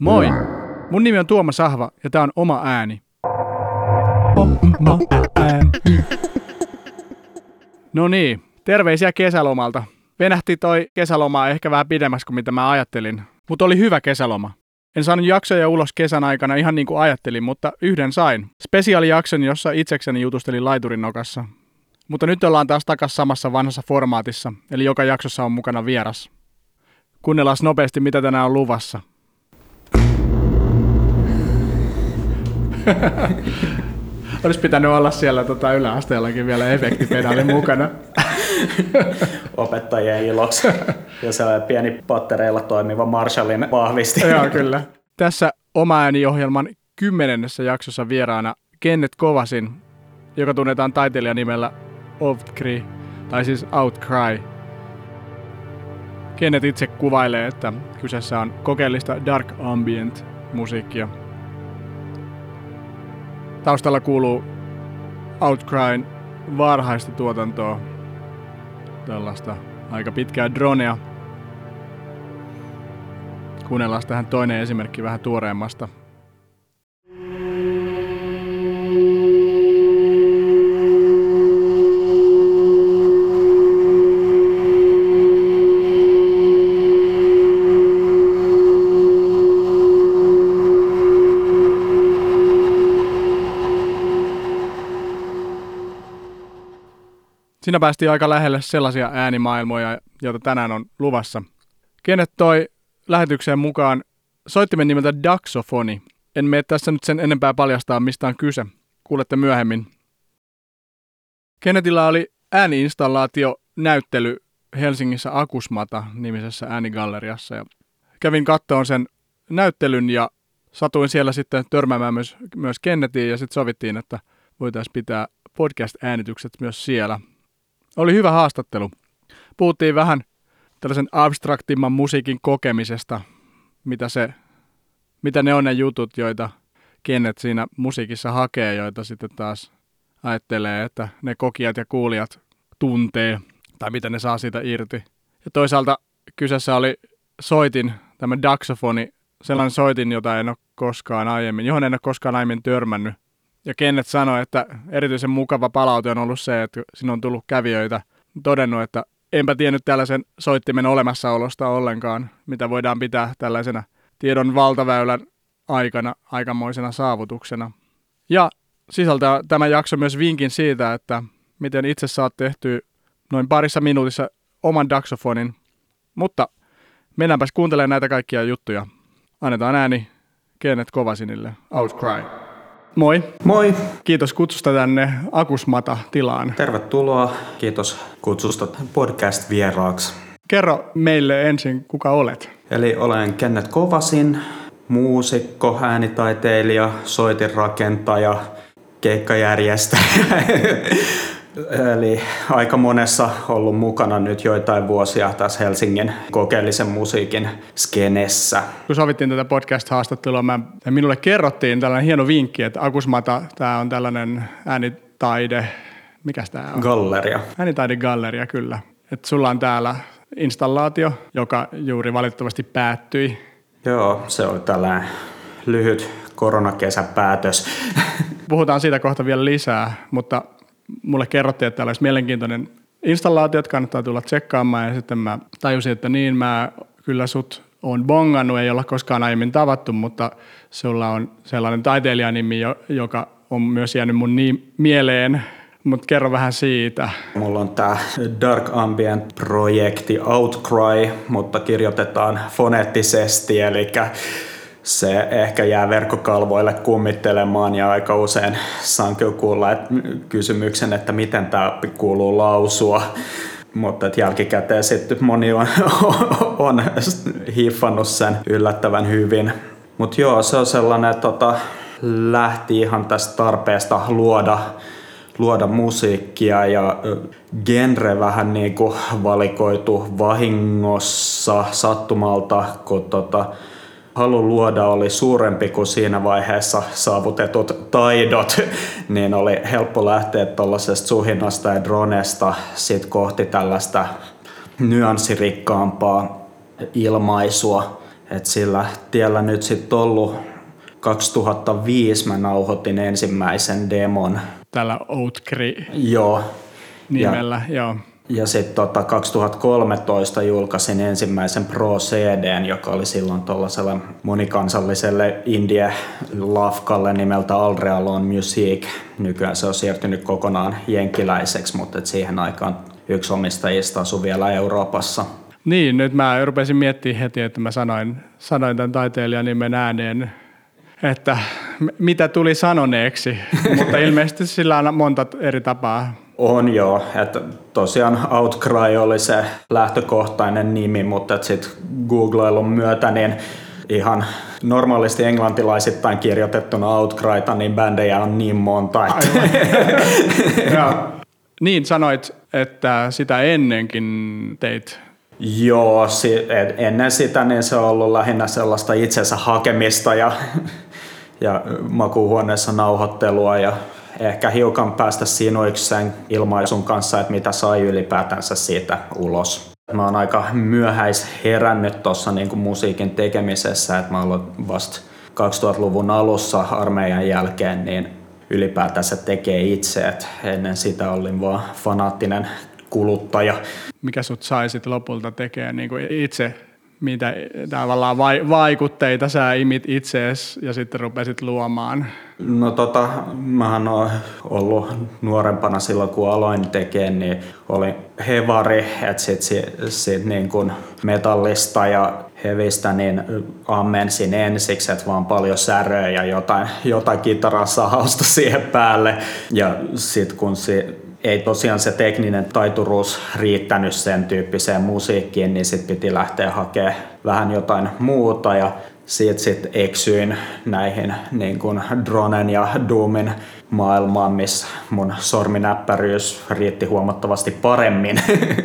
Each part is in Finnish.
Moi! Mun nimi on Tuomas Ahva ja tää on Oma ääni. No niin, terveisiä kesälomalta. Venähti toi kesäloma ehkä vähän pidemmäksi kuin mitä mä ajattelin, mutta oli hyvä kesäloma. En saanut jaksoja ulos kesän aikana ihan niin kuin ajattelin, mutta yhden sain. Spesiaalijakson, jossa itsekseni jutustelin laiturin nokassa. Mutta nyt ollaan taas takas samassa vanhassa formaatissa, eli joka jaksossa on mukana vieras. Kuunnellaan nopeasti, mitä tänään on luvassa. Olisi pitänyt olla siellä yläasteellakin vielä efektipedaali mukana. Opettajien iloksi. Ja sellainen pieni pattereilla toimiva Marshallin vahvisti. Joo, kyllä. Tässä Oma ääni-ohjelman 10. jaksossa vieraana Kenneth Kovasin, joka tunnetaan taiteilijan nimellä Outcry, tai siis Outcry. Kenneth itse kuvailee, että kyseessä on kokeellista dark ambient musiikkia. Taustalla kuuluu Outcryn varhaista tuotantoa, tällaista aika pitkää dronea. Kuunnellaan tähän toinen esimerkki vähän tuoreemmasta. Siinä päästiin aika lähelle sellaisia äänimaailmoja, joita tänään on luvassa. Kenneth toi lähetykseen mukaan soittimen nimeltä Daxofoni. En mene tässä nyt sen enempää paljastaa, mistä on kyse. Kuulette myöhemmin. Kennethillä oli ääniinstallaatio-näyttely Helsingissä Akusmata-nimisessä äänigalleriassa. Ja kävin kattoon sen näyttelyn ja satuin siellä sitten törmäämään myös Kennethiin ja sitten sovittiin, että voitaisiin pitää podcast-äänitykset myös siellä. Oli hyvä haastattelu. Puhuttiin vähän tällaisen abstraktimman musiikin kokemisesta, mitä ne on ne jutut, joita Kenneth siinä musiikissa hakee, joita sitten taas ajattelee, että ne kokijat ja kuulijat tuntee, tai mitä ne saa siitä irti. Ja toisaalta kyseessä oli soitin, tämä Daxofoni, sellainen soitin, johon en ole koskaan aiemmin törmännyt. Ja Kenneth sanoi, että erityisen mukava palaute on ollut se, että siinä on tullut kävijöitä todennut, että enpä tiennyt tällaisen soittimen olemassaolosta ollenkaan, mitä voidaan pitää tällaisena tiedon valtaväylän aikana aikamoisena saavutuksena. Ja sisältää tämä jakso myös vinkin siitä, että miten itse saat tehtyä noin parissa minuutissa oman Daxofonin. Mutta mennäänpäs kuuntelemaan näitä kaikkia juttuja. Annetaan ääni Kenneth Kovasinille. Outcry. Moi. Moi. Kiitos kutsusta tänne Akusmata-tilaan. Tervetuloa. Kiitos kutsusta podcast-vieraaksi. Kerro meille ensin, kuka olet. Eli olen Kenneth Kovasin, muusikko, äänitaiteilija, soitinrakentaja, keikkajärjestäjä. Eli aika monessa ollut mukana nyt joitain vuosia tässä Helsingin kokeellisen musiikin skenessä. Kun sovittiin tätä podcast-haastattelua, minulle kerrottiin tällainen hieno vinkki, että Akusmata, tämä on tällainen äänitaide, mikäs tämä on? Galleria. Äänitaidegalleria, kyllä. Että sulla on täällä installaatio, joka juuri valitettavasti päättyi. Joo, se oli tällainen lyhyt koronakesäpäätös. Puhutaan siitä kohta vielä lisää, mutta mulle kerrottiin, että täällä olisi mielenkiintoinen installaatio, että kannattaa tulla tsekkaamaan, ja sitten mä tajusin, että niin, mä kyllä sut oon bongannut, ei olla koskaan aiemmin tavattu, mutta sulla on sellainen taiteilijanimi, joka on myös jäänyt mun mieleen, mutta kerro vähän siitä. Mulla on tää Dark Ambient-projekti Outcry, mutta kirjoitetaan foneettisesti, eli se ehkä jää verkkokalvoille kummittelemaan ja aika usein saan kyllä kuulla kysymyksen, että miten tämä kuuluu lausua. Mutta jälkikäteen sitten moni on hiffannut sen yllättävän hyvin. Mutta joo, se on sellainen, että lähti ihan tästä tarpeesta luoda musiikkia ja genre vähän niin kuin valikoitu vahingossa sattumalta, kun halu luoda oli suurempi kuin siinä vaiheessa saavutetut taidot, niin oli helppo lähteä tuollaisesta suhinnasta ja dronesta sit kohti tällaista nyanssirikkaampaa ilmaisua. Et sillä tiellä nyt sitten ollut 2005 mä nauhoitin ensimmäisen demon. Tällä Outcry Joo. nimellä, joo. Ja sitten 2013 julkaisin ensimmäisen Pro-CDn, joka oli silloin tuollaiselle monikansalliselle indie-lafkalle nimeltä All Real On Music. Nykyään se on siirtynyt kokonaan jenkkiläiseksi, mutta siihen aikaan yksi omistajista asui vielä Euroopassa. Niin, nyt mä rupesin miettimään heti, että mä sanoin tämän taiteilijan nimen ääneen, että mitä tuli sanoneeksi, mutta ilmeisesti sillä on monta eri tapaa. On joo, että tosiaan Outcry oli se lähtökohtainen nimi, mutta sitten googlailun myötä niin ihan normaalisti englantilaisittain kirjoitettuna Outcryta, niin bändejä on niin monta. Niin sanoit, että sitä ennenkin teit. Joo, ennen sitä niin se on ollut lähinnä sellaista itsensä hakemista ja makuuhuoneessa nauhoittelua ja ehkä hiukan päästä sinuiksi sen ilmaisun kanssa, että mitä sai ylipäätänsä siitä ulos. Mä oon aika myöhäis herännyt tuossa niinku musiikin tekemisessä, että mä oon vasta 2000-luvun alussa armeijan jälkeen niin ylipäätänsä tekee itse, että ennen sitä olin vaan fanaattinen kuluttaja. Mikä sut sai sit lopulta tekemään niinku itse? Mitä tavallaan vaikutteita sä imit itseesi ja sitten rupesit luomaan? No mähän oon ollut nuorempana silloin kun aloin tekemään, niin oli hevari, että sit niin kuin metallista ja hevistä niin ammensin ensiksi, että vaan paljon säröä ja jotain kitaran-sahausta siihen päälle ja sit kun ei tosiaan se tekninen taituruus riittänyt sen tyyppiseen musiikkiin, niin sitten piti lähteä hakemaan vähän jotain muuta ja siitä sitten eksyin näihin niin kuin dronen ja doomin maailmaan, missä mun sorminäppäryys riitti huomattavasti paremmin.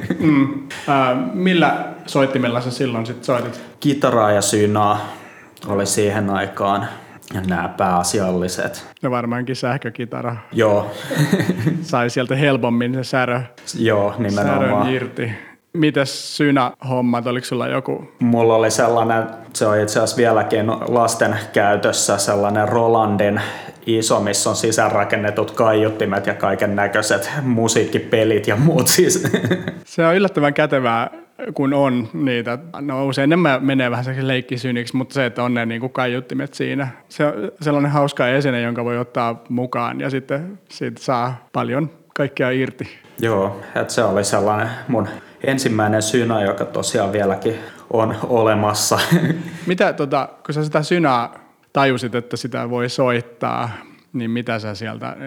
Millä soittimella sä silloin sit soitit? Kitaraa ja synaa oli siihen aikaan nämä pääasialliset. Ja varmaankin sähkökitara. Joo. Sai sieltä helpommin se särö. Joo, nimenomaan. Särön irti. Mites synä-hommat, oliko sulla joku? Mulla oli sellainen, se on itse asiassa vieläkin lasten käytössä, sellainen Rolandin iso, missä on sisäänrakennetut kaiuttimet ja kaiken näköiset musiikkipelit ja muut siis. Se on yllättävän kätevää, kun on niitä. No usein ne menee vähän leikkisyniksi, mutta se, että on ne niin kuin kaiuttimet siinä. Se on sellainen hauska esine, jonka voi ottaa mukaan ja sitten siitä saa paljon kaikkea irti. Joo, että se oli sellainen mun ensimmäinen synä, joka tosiaan vieläkin on olemassa. Mitä, kun sä sitä synää tajusit, että sitä voi soittaa, niin mitä sä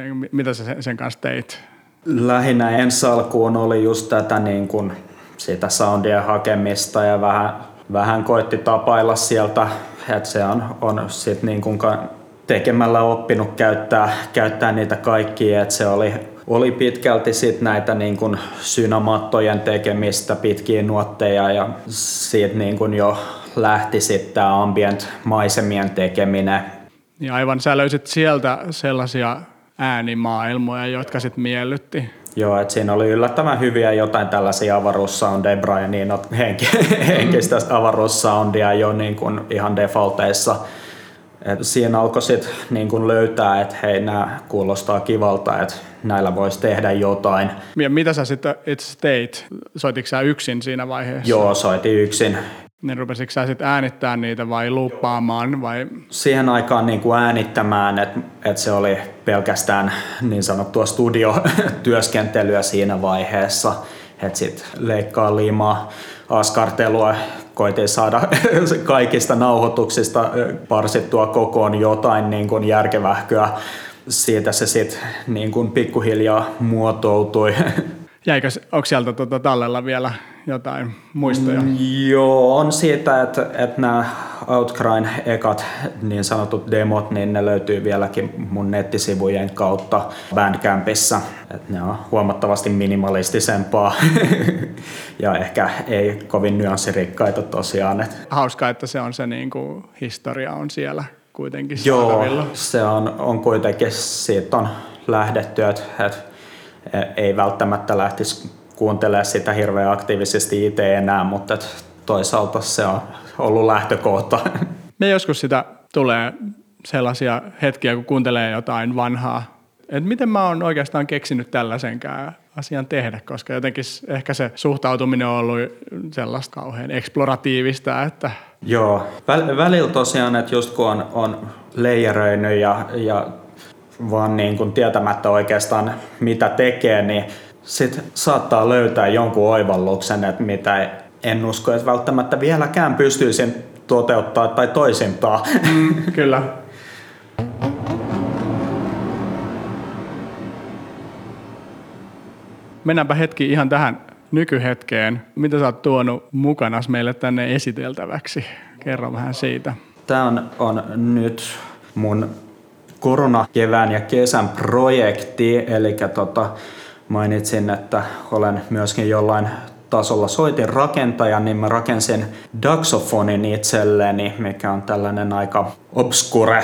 sen kanssa teit? Lähinnä ensi alkuun oli just tätä niin kuin sitä soundien hakemista ja vähän koitti tapailla sieltä, että se on sit niin kuin tekemällä oppinut käyttää niitä kaikkia, että se oli pitkälti sit näitä niin kuin synamattojen tekemistä, pitkiä nuotteja ja siitä niin kuin jo lähti sitten tämä ambient-maisemien tekeminen. Ja aivan sä löysit sieltä sellaisia äänimaailmoja, jotka sitten miellytti. Joo, että siinä oli yllättävän hyviä jotain tällaisia avaruussoundeja, Brian Eno henkistä avaruussoundia jo niin kuin ihan defaulteissa. Et siinä alkoi sitten niin kuin löytää, että hei, nämä kuulostaa kivalta, että näillä voisi tehdä jotain. Ja mitä sä sitten itse teit? Soititko sä yksin siinä vaiheessa? Joo, soitin yksin. Niin rupesitko sä sitten äänittämään niitä vai luuppaamaan? Vai? Siihen aikaan niin kuin äänittämään, että se oli pelkästään niin sanottua studiotyöskentelyä siinä vaiheessa. Että sitten leikkaa liimaa, askartelua, koitin saada kaikista nauhoituksista parsittua kokoon jotain niin kuin järkevähköä. Siitä se sitten niin kuin pikkuhiljaa muotoutui. Onko sieltä tallella vielä jotain muistoja? Joo, on siitä, että nämä Outcryn ekat niin sanotut demot, niin ne löytyy vieläkin mun nettisivujen kautta Bandcampissa. Että ne on huomattavasti minimalistisempaa ja ehkä ei kovin nyanssirikkaita tosiaan. Hauskaa, että se on se niin kuin historia on siellä kuitenkin saatavilla. Joo, se on kuitenkin, siitä on lähdetty, että ei välttämättä lähtisi kuuntelemaan sitä hirveän aktiivisesti itse enää, mutta toisaalta se on ollut lähtökohta. Me joskus sitä tulee sellaisia hetkiä, kun kuuntelee jotain vanhaa, että miten mä oon oikeastaan keksinyt tällaisenkään asian tehdä, koska jotenkin ehkä se suhtautuminen on ollut sellaista kauhean eksploratiivista, että... Joo, välillä tosiaan, että just kun on leijeröinyt ja vaan niin kuin tietämättä oikeastaan mitä tekee, niin sit saattaa löytää jonkun oivalluksen, että mitä en usko, että välttämättä vieläkään pystyisin toteuttaa tai toisintaan. Kyllä. Mennäänpä hetki ihan tähän nykyhetkeen. Mitä sä oot tuonut mukanas meille tänne esiteltäväksi? Kerro vähän siitä. Tämä on nyt mun koronakevään ja kesän projekti, eli mainitsin, että olen myöskin jollain tasolla soitin rakentaja, niin mä rakensin Daxophonin itselleni, mikä on tällainen aika obskure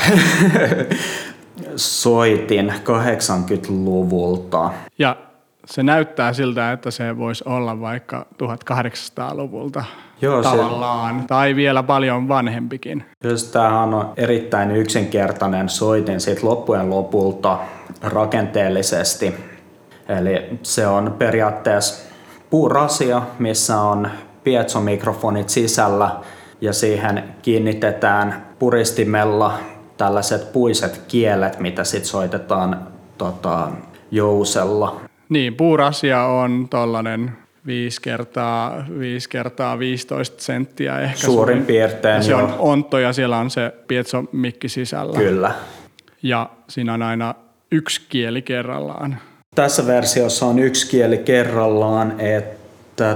soitin 80-luvulta. Ja se näyttää siltä, että se voisi olla vaikka 1800-luvulta. Joo, tavallaan, tai vielä paljon vanhempikin. Tämähän on erittäin yksinkertainen soitin sit loppujen lopulta rakenteellisesti. Eli se on periaatteessa puurasia, missä on piezomikrofonit sisällä ja siihen kiinnitetään puristimella tällaiset puiset kielet, mitä sitten soitetaan jousella. Niin, puurasia on tollainen 5x15 senttiä ehkä. Suurin piirtein. Se on ontto ja siellä on se piezomikki sisällä. Kyllä. Ja siinä on aina yksi kieli kerrallaan. Tässä versiossa on yksi kieli kerrallaan, että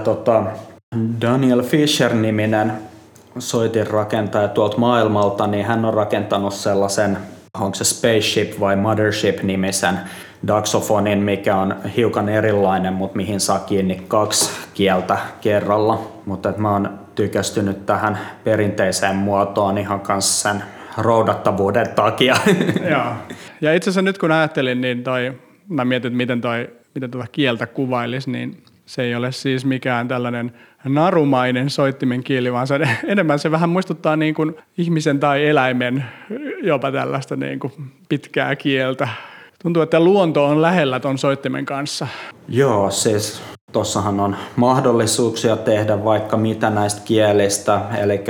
Daniel Fisher-niminen soitinrakentaja tuolta maailmalta, niin hän on rakentanut sellaisen, onko se Spaceship vai Mothership-nimisen Daxophonin, mikä on hiukan erilainen, mutta mihin saa kiinni 2 kieltä kerralla. Mutta mä oon tykästynyt tähän perinteiseen muotoon ihan kanssa sen roudattavuuden takia. Joo. Ja itse asiassa nyt kun ajattelin, niin mä mietin, että miten tuota kieltä kuvailisi, niin se ei ole siis mikään tällainen narumainen soittimen kieli, vaan enemmän se vähän muistuttaa niin kuin ihmisen tai eläimen jopa tällaista niin kuin pitkää kieltä. Tuntuu, että luonto on lähellä ton soittimen kanssa. Joo, siis tossahan on mahdollisuuksia tehdä vaikka mitä näistä kielistä, eli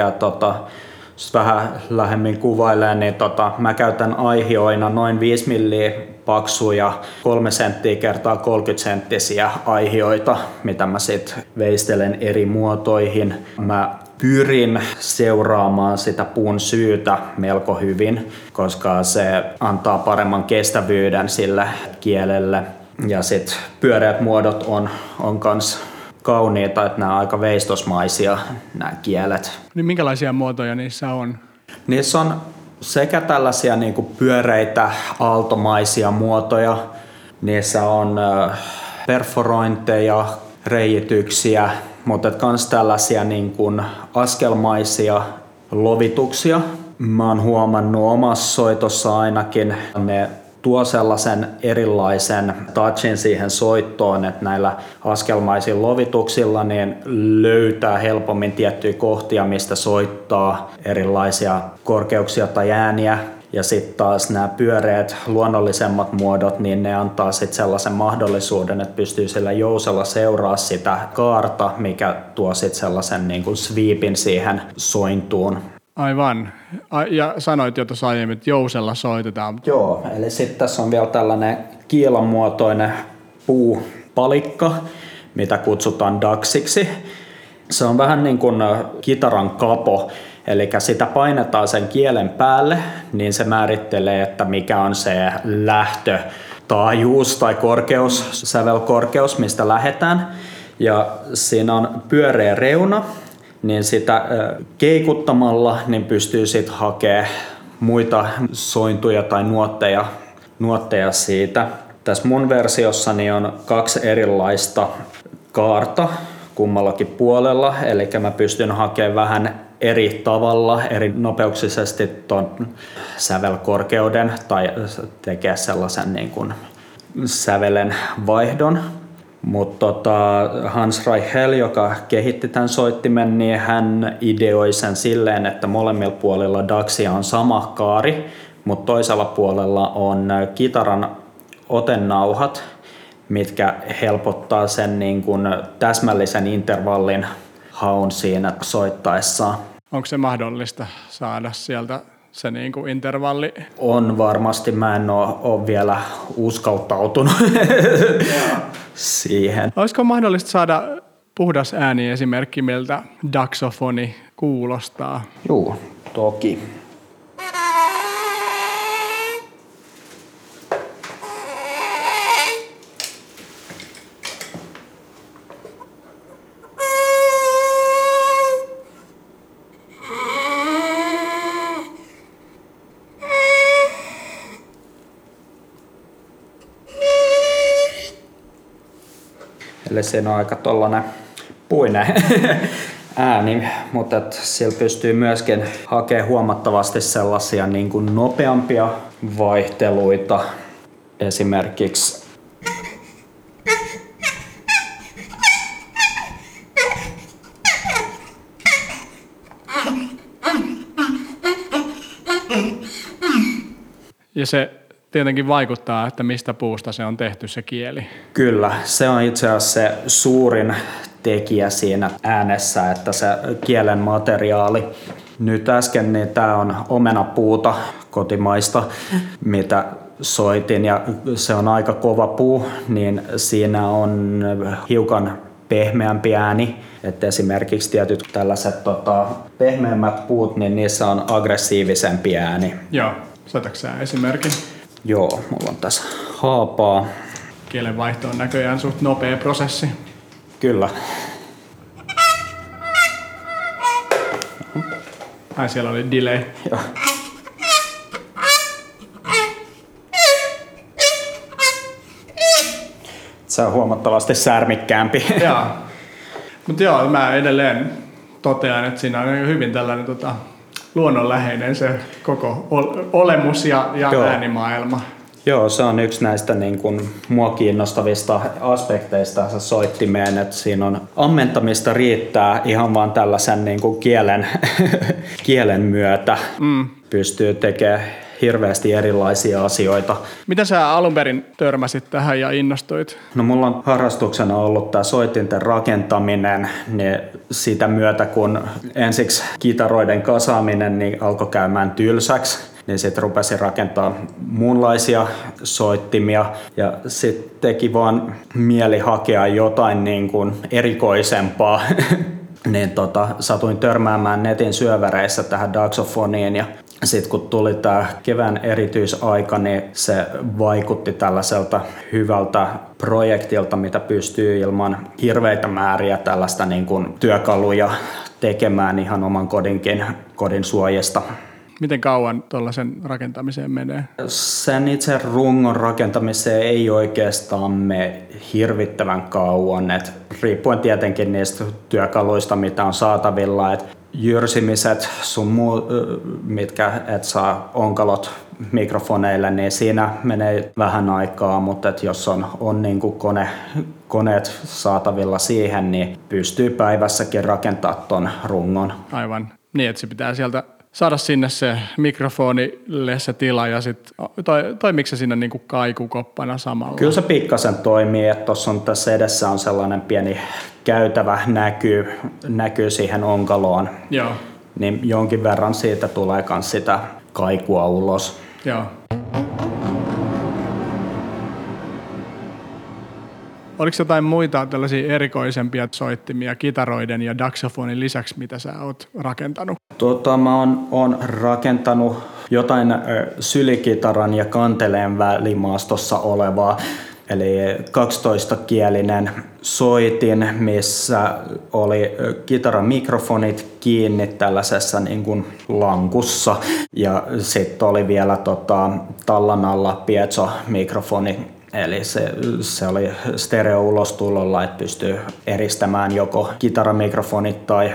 jos vähän lähemmin kuvailee, niin mä käytän aihioina noin 5 milliä paksuja 3 senttiä kertaa 30 senttisiä aihioita, mitä mä sit veistelen eri muotoihin. Mä pyrin seuraamaan sitä puun syytä melko hyvin, koska se antaa paremman kestävyyden sille kielelle. Ja sit pyöreät muodot on kans kauniita, että nämä on aika veistosmaisia nämä kielet. Niin minkälaisia muotoja niissä on? Niissä on sekä tällaisia niin kuin pyöreitä aaltomaisia muotoja, niissä on perforointeja, reijityksiä, mutta myös tällaisia niin kuin askelmaisia lovituksia. Mä oon huomannut omassa soitossa ainakin, ne tuo sellaisen erilaisen touchin siihen soittoon, että näillä askelmaisilla lovituksilla niin löytää helpommin tiettyjä kohtia, mistä soittaa erilaisia korkeuksia tai ääniä. Ja sitten taas nämä pyöreät luonnollisemmat muodot, niin ne antaa sitten sellaisen mahdollisuuden, että pystyy sillä jousella seuraa sitä kaarta, mikä tuo sitten sellaisen niin kuin sweepin siihen sointuun. Aivan. Ja sanoit jo tuossa aiemmin, että jousella soitetaan. Joo, eli sitten tässä on vielä tällainen kiilanmuotoinen puupalikka, mitä kutsutaan daxiksi. Se on vähän niin kuin kitaran kapo, eli sitä painetaan sen kielen päälle, niin se määrittelee, että mikä on se lähtötaajuus tai korkeus, sävelkorkeus, mistä lähdetään. Ja siinä on pyöreä reuna, niin sitä keikuttamalla niin pystyy sitten hakemaan muita sointuja tai nuotteja siitä. Tässä mun versiossani on 2 erilaista kaarta kummallakin puolella, eli mä pystyn hakemaan vähän eri tavalla, eri nopeuksisesti ton sävelkorkeuden tai tekee sellaisen niin kuin sävelen vaihdon. Mutta Hans Reichel, joka kehitti tämän soittimen, niin hän ideoi sen silleen, että molemmilla puolilla DACsia on sama kaari, mutta toisella puolella on kitaran otennauhat, mitkä helpottaa sen niin kuin täsmällisen intervallin haun siinä soittaessaan. Onko se mahdollista saada sieltä se niin kuin intervalli? On varmasti, mä en ole vielä uskaltautunut siihen. Olisiko mahdollista saada puhdas ääni esimerkki, miltä daxofoni kuulostaa? Joo, toki. Eli siinä on aika tollainen puinen ääni, mutta sillä pystyy myöskin hakemaan huomattavasti sellaisia niin kuin nopeampia vaihteluita. Esimerkiksi Ja se tietenkin vaikuttaa, että mistä puusta se on tehty se kieli. Kyllä, se on itse asiassa se suurin tekijä siinä äänessä, että se kielen materiaali. Nyt äsken niin tämä on omenapuuta kotimaista, mitä soitin, ja se on aika kova puu, niin siinä on hiukan pehmeämpi ääni. Että esimerkiksi tietyt tällaiset pehmeämmät puut, niin niissä on aggressiivisempi ääni. Joo, soitatko sä esimerkin? Joo, mulla on tässä haapaa. Kielenvaihto on näköjään suht nopea prosessi. Kyllä. Ai, siellä oli delay. Joo. Se on huomattavasti särmikkäämpi. Joo. Mutta joo, mä edelleen totean, että siinä on hyvin tällainen luonnonläheinen se koko olemus ja äänimaailma. Joo, se on yksi näistä niin kuin mua kiinnostavista aspekteista soittimeen, että siinä on ammentamista riittää ihan vaan tällaisen niin kuin kielen myötä. Pystyy tekemään hirveästi erilaisia asioita. Miten sä alun perin törmäsit tähän ja innostuit? No, mulla on harrastuksena ollut tämä soitinten rakentaminen, niin sitä myötä kun ensiksi kitaroiden kasaaminen niin alkoi käymään tylsäksi, niin sitten rupesin rakentaa muunlaisia soittimia ja sitten teki vaan mieli hakea jotain niin kuin erikoisempaa. Niin satuin törmäämään netin syöväreissä tähän daxofoniin, ja sitten kun tuli tämä kevään erityisaika, niin se vaikutti tällaiselta hyvältä projektilta, mitä pystyy ilman hirveitä määriä tällaista niin kuin työkaluja tekemään ihan oman kodin suojista. Miten kauan tuollaisen rakentamiseen menee? Sen itse rungon rakentamiseen ei oikeastaan mene hirvittävän kauan, et riippuen tietenkin niistä työkaluista, mitä on saatavilla. Et jyrsimiset sun muu, mitkä et saa onkalot mikrofoneille, niin siinä menee vähän aikaa, mutta et jos on niin kuin koneet saatavilla siihen, niin pystyy päivässäkin rakentamaan ton rungon. Aivan. Niin, että se pitää sieltä saada sinne se mikrofonille se tila ja sitten toimiko se siinä niinku kaikukoppana samalla? Kyllä se pikkasen toimii, että tuossa on tässä edessä on sellainen pieni käytävä näkyy siihen onkaloon. Joo. Niin jonkin verran siitä tulee myös sitä kaikua ulos. Joo. Oliko jotain muita tällaisia erikoisempia soittimia kitaroiden ja daxofonin lisäksi, mitä sä oot rakentanut? Mä oon rakentanut jotain sylikitaran ja kanteleen välimaastossa olevaa, eli 12-kielinen soitin, missä oli kitaran mikrofonit kiinni tällaisessa niin kuin lankussa, ja sitten oli vielä tallan alla piezo-mikrofoni. Eli se oli stereo-ulostulolla, että pystyy eristämään joko kitaramikrofonit tai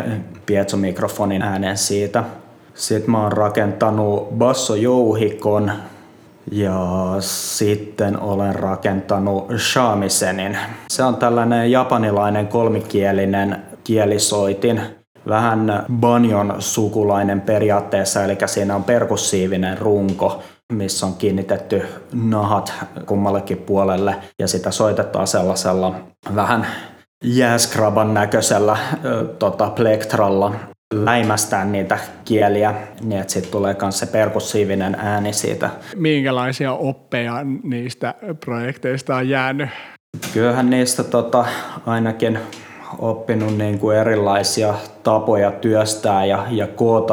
piezomikrofonin äänen siitä. Sitten mä oon rakentanut bassojouhikon, Ja sitten olen rakentanut shamisenin. Se on tällainen japanilainen kolmikielinen kielisoitin. Vähän banjon sukulainen periaatteessa, eli siinä on perkussiivinen runko, missä on kiinnitetty nahat kummallekin puolelle ja sitä soitetaan sellaisella vähän jääskraban näköisellä plektralla. Läimästään niitä kieliä, niin että sitten tulee myös se perkussiivinen ääni siitä. Minkälaisia oppeja niistä projekteista on jäänyt? Kyllähän niistä ainakin oppinut niin kuin erilaisia tapoja työstää ja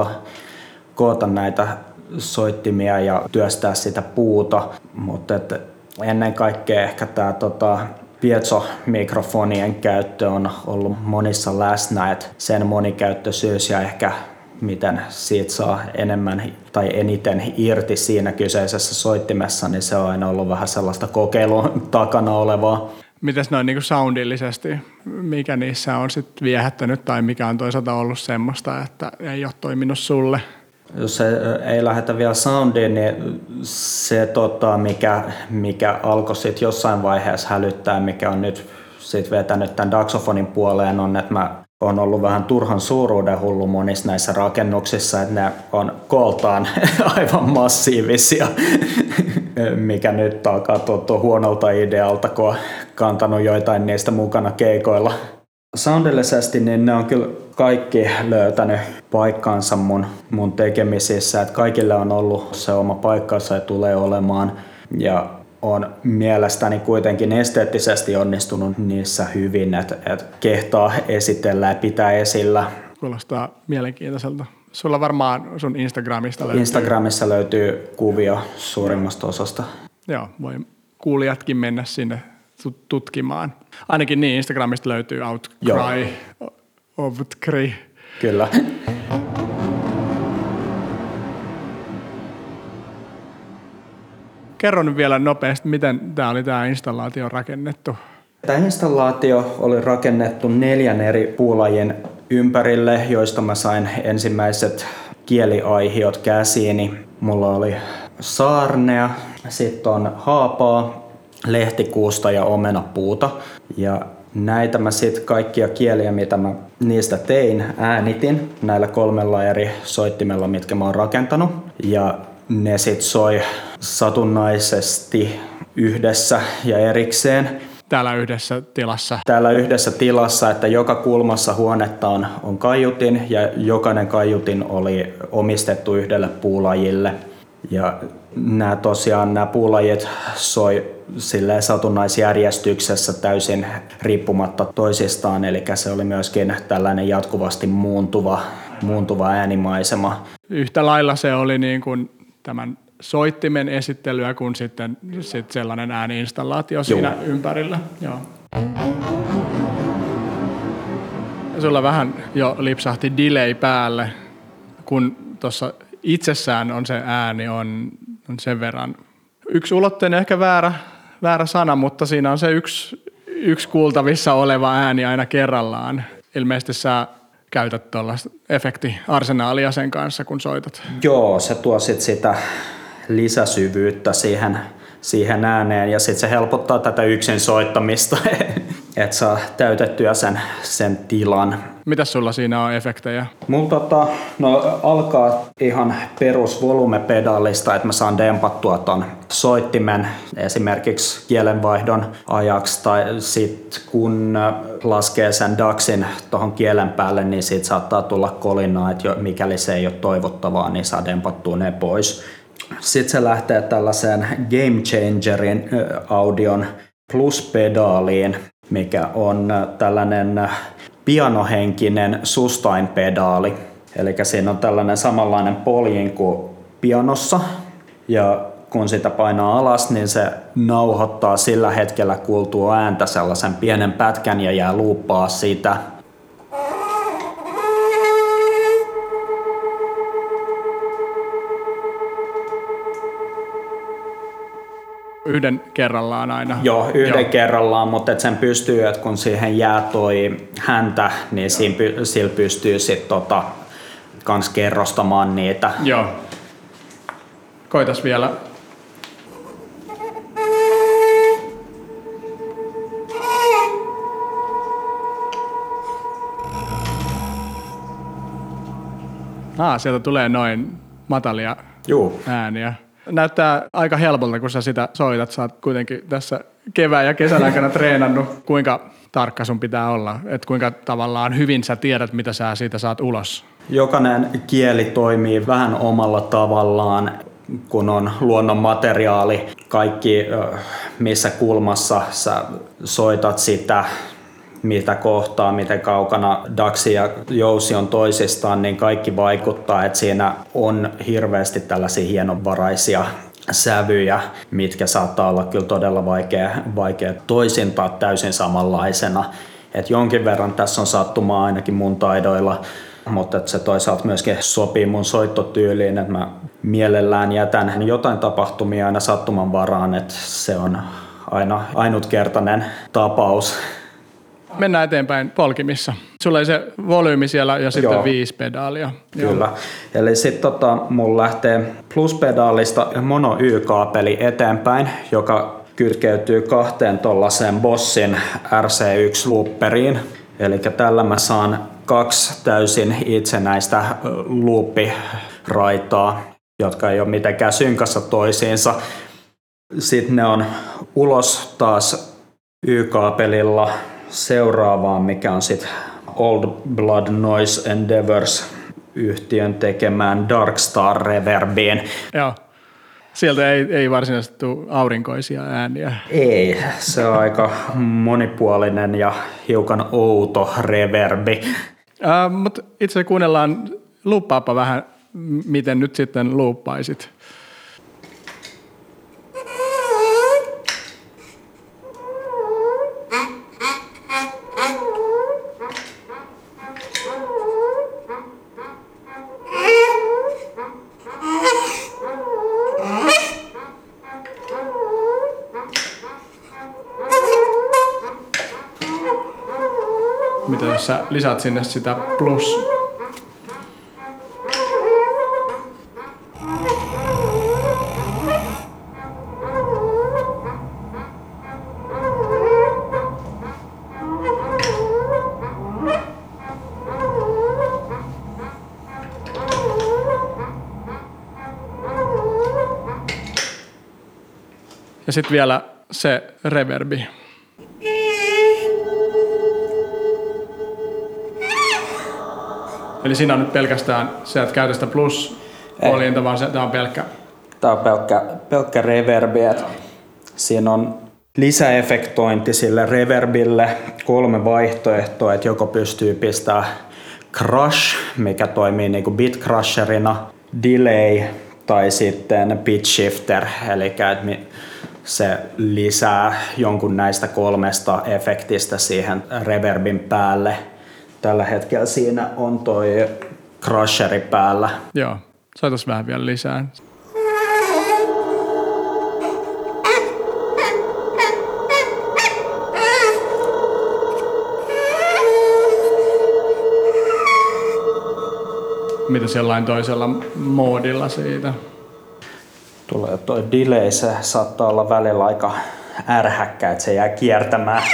koota näitä soittimia ja työstää sitä puuta, mutta ennen kaikkea ehkä tämä piezo-mikrofonien käyttö on ollut monissa läsnä, että sen monikäyttöisyys ja ehkä miten siitä saa enemmän tai eniten irti siinä kyseisessä soittimessa, niin se on aina ollut vähän sellaista kokeilun takana olevaa. Mites noin niin kuin soundillisesti, mikä niissä on sitten viehättänyt tai mikä on toisaalta ollut semmoista, että ei ole toiminut sulle? Jos ei lähdetä vielä soundiin, niin se mikä alkoi sitten jossain vaiheessa hälyttää, mikä on nyt sit vetänyt tämän daksofonin puoleen, on, että mä oon ollut vähän turhan suuruuden hullu monissa näissä rakennuksissa, että ne on kooltaan aivan massiivisia, mikä nyt alkaa tuntua huonolta idealta, kun on kantanut joitain niistä mukana keikoilla. Soundillisesti niin ne on kyllä kaikki löytänyt paikkansa mun tekemisissä, että kaikille on ollut se oma paikkansa ja tulee olemaan, ja on mielestäni kuitenkin esteettisesti onnistunut niissä hyvin, että kehtaa esitellä ja pitää esillä. Kuulostaa mielenkiintoiselta. Sulla varmaan sun Instagramissa löytyy kuvio suurimmasta osasta. Joo, voi kuulijatkin mennä sinne tutkimaan. Ainakin niin, Instagramista löytyy Outcry. Kyllä. Kerro nyt vielä nopeasti, miten tämä installaatio rakennettu? Tämä installaatio oli rakennettu 4 eri puulajin ympärille, joista mä sain ensimmäiset kieliaihiot käsiini. Mulla oli saarnea, sitten on haapaa, lehtikuusta ja omenapuuta. Ja näitä mä sitten kaikkia kieliä, mitä mä niistä tein, äänitin näillä 3 eri soittimella, mitkä mä oon rakentanut. Ja ne sitten soi satunnaisesti yhdessä ja erikseen. Täällä yhdessä tilassa? Täällä yhdessä tilassa, että joka kulmassa huonetta on kaiutin ja jokainen kaiutin oli omistettu yhdelle puulajille. Ja nämä puulajit soi silleen satunnaisjärjestyksessä täysin riippumatta toisistaan, eli se oli myöskin tällainen jatkuvasti muuntuva äänimaisema. Yhtä lailla se oli niin kuin tämän soittimen esittelyä kuin sitten sellainen ääniinstallaatio siinä ympärillä. Joo. Sulla vähän jo lipsahti delay päälle, kun tuossa itsessään on se ääni on sen verran yksiulotteinen, ehkä väärä sana, mutta siinä on se yksi kuultavissa oleva ääni aina kerrallaan. Ilmeisesti sä käytät tuollaista efektiarsenaalia sen kanssa, kun soitat. Joo, se tuo sitä lisäsyvyyttä siihen ääneen ja sitten se helpottaa tätä yksin soittamista, että saa täytettyä sen tilan. Mitäs sulla siinä on efektejä? Mulla alkaa ihan perusvolumepedaalista, että mä saan dempattua ton soittimen esimerkiksi kielenvaihdon ajaksi, tai sit kun laskee sen DAXin tuohon kielen päälle, niin siitä saattaa tulla kolinaa, että mikäli se ei ole toivottavaa, niin saa dempattua ne pois. Sitten se lähtee tällaiseen Game Changerin audion plus-pedaaliin, mikä on tällainen pianohenkinen sustain-pedaali. Eli siinä on tällainen samanlainen poljin kuin pianossa, ja kun sitä painaa alas, niin se nauhoittaa sillä hetkellä kuultua ääntä sellaisen pienen pätkän ja jää luuppaa sitä. Yhden kerrallaan aina? Joo, yhden kerrallaan, mutta sen pystyy, että kun siihen jää toi häntä, niin sillä pystyy sitten kans kerrostamaan niitä. Joo. Koitas vielä. Sieltä tulee noin matalia Juu. ääniä. Näyttää aika helpolta, kun sä sitä soitat. Sä oot kuitenkin tässä kevään ja kesän aikana treenannut. Kuinka tarkka sun pitää olla? Et kuinka tavallaan hyvin sä tiedät, mitä sä siitä saat ulos? Jokainen kieli toimii vähän omalla tavallaan, kun on luonnon materiaali. Kaikki, missä kulmassa sä soitat sitä, mitä kohtaa, miten kaukana daksi ja jousi on toisistaan, niin kaikki vaikuttaa, että siinä on hirveästi tällaisia hienovaraisia sävyjä, mitkä saattaa olla kyllä todella vaikea toisintaa täysin samanlaisena. Et jonkin verran tässä on sattumaa ainakin mun taidoilla, mutta se toisaalta myöskin sopii mun soittotyyliin, että mä mielellään jätän jotain tapahtumia aina sattuman varaan, että se on aina ainutkertainen tapaus. Mennään eteenpäin polkimissa. Sulla oli se volyymi siellä ja sitten 5 pedaalia. Kyllä. Eli sitten mulla lähtee pluspedaalista mono Y-kaapeli eteenpäin, joka kytkeytyy 2 tollaiseen Bossin RC1-looperiin. Eli tällä mä saan 2 täysin itsenäistä loopiraitaa, jotka ei ole mitenkään synkassa toisiinsa. Sitten ne on ulos taas Y-kaapelilla seuraavaan, mikä on sitten Old Blood Noise Endeavors -yhtiön tekemään Darkstar Reverbiin. Joo. Sieltä ei varsinaisesti tule aurinkoisia ääniä. Ei, se on aika monipuolinen ja hiukan outo reverbi. Mutta itse asiassa kuunnellaan, luuppaapa vähän, miten nyt sitten luuppaisit. Mitä jos sä lisät sinne sitä plus? Ja sitten vielä se reverbi. Eli siinä on nyt pelkästään se, että käytä sitä plus-puoliinta, vaan tämä on pelkkä. Tämä on pelkkä reverbi. Siinä on lisäefektointi sille reverbille 3 vaihtoehtoa, että joko pystyy pistämään crush, mikä toimii niin kuin bit crusherina, delay tai sitten pitch shifter, eli se lisää jonkun näistä 3 efektistä siihen reverbin päälle. Tällä hetkellä siinä on toi crusheri päällä. Joo, soitas vähän vielä lisää. Mitä sellainen toisella moodilla siitä? Tulee toi delay, se saattaa olla välillä aika ärhäkkä, että se jää kiertämään.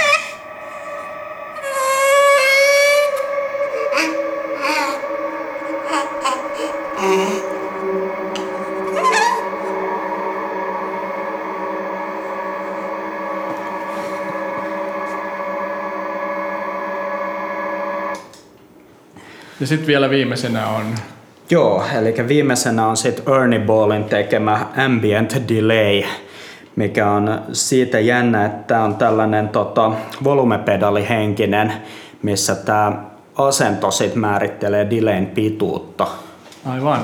Ja sitten vielä viimeisenä on... Joo, eli viimeisenä on sitten Ernie Ballin tekemä Ambient Delay, mikä on siitä jännä, että tämä on tällainen volumepedalihenkinen, missä tämä asento sit määrittelee delayn pituutta. Aivan.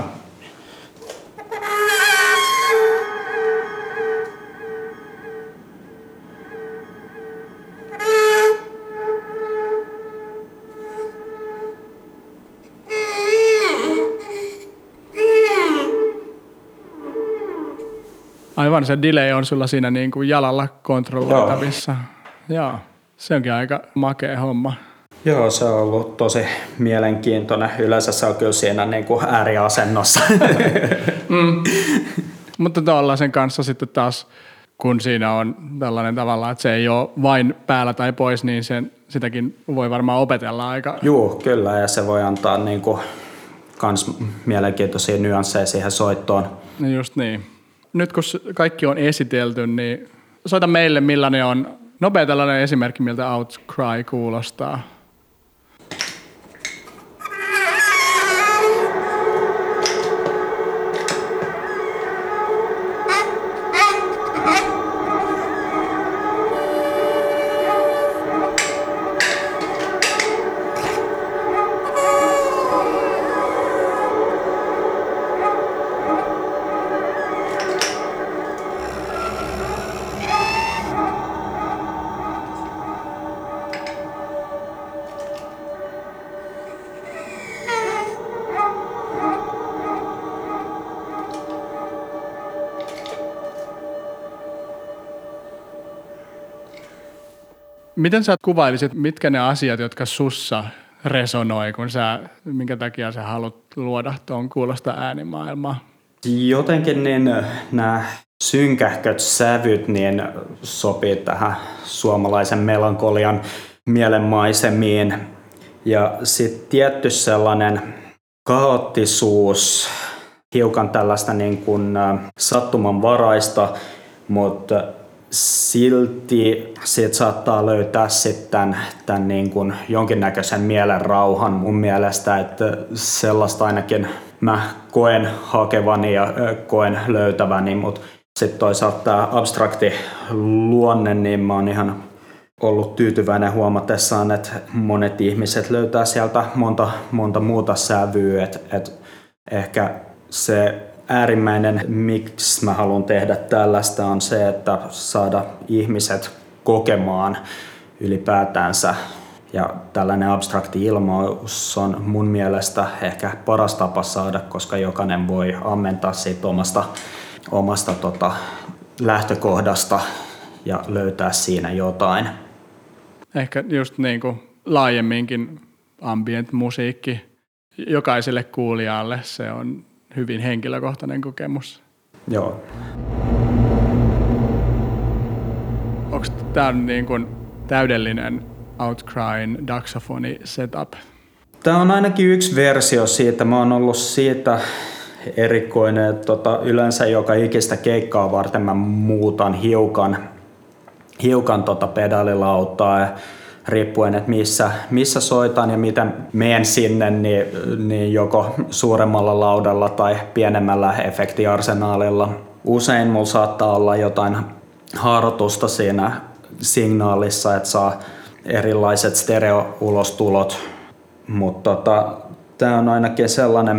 Aivan, se delay on sulla siinä niin kuin jalalla kontrolloitavissa. Joo, se onkin aika makea homma. Joo, se on ollut tosi mielenkiintoinen. Yleensä se on kyllä siinä niin kuin ääriasennossa. Mutta tuollaisen kanssa sitten taas, kun siinä on tällainen tavalla, että se ei ole vain päällä tai pois, niin sitäkin voi varmaan opetella aika. Joo, kyllä, ja se voi antaa niin kuin kans mielenkiintoisia nyansseja siihen soittoon. No just niin. Nyt kun kaikki on esitelty, niin soita meille millainen on nopea tällainen esimerkki, miltä Outcry kuulostaa. Miten sä kuvailisit, mitkä ne asiat, jotka sussa resonoi, minkä takia sä haluat luoda tuon kuulosta äänimaailmaa? Jotenkin niin nämä synkähköt sävyt niin sopii tähän suomalaisen melankolian mielenmaisemiin. Ja sitten tietty sellainen kaoottisuus, hiukan tällaista niin kuin sattumanvaraista, mutta silti siitä saattaa löytää sitten tämän niin kuin jonkinnäköisen mielen rauhan mun mielestä, että sellaista ainakin mä koen hakevani ja koen löytäväni, mutta sitten toisaalta tämä abstrakti luonne, niin mä oon ihan ollut tyytyväinen huomatessaan, että monet ihmiset löytää sieltä monta muuta sävyä, että ehkä se äärimmäinen, miksi mä haluan tehdä tällaista, on se, että saada ihmiset kokemaan ylipäätänsä. Ja tällainen abstrakti ilmaus on mun mielestä ehkä paras tapa saada, koska jokainen voi ammentaa siitä omasta lähtökohdasta ja löytää siinä jotain. Ehkä just niin kuin laajemminkin ambient musiikki jokaiselle kuulijalle, se on hyvin henkilökohtainen kokemus. Joo. Onko tämä niin kuin täydellinen Outcryn Daxophone setup? Tämä on ainakin yksi versio siitä. Mä oon ollut siitä erikoinen, että yleensä joka ikistä keikkaa varten mä muutan hiukan pedaalilautaa ja riippuen, että missä soitan ja miten menen sinne, niin joko suuremmalla laudalla tai pienemmällä efektiarsenaalilla. Usein mulla saattaa olla jotain haarotusta siinä signaalissa, että saa erilaiset stereo-ulostulot, mutta tämä on ainakin sellainen,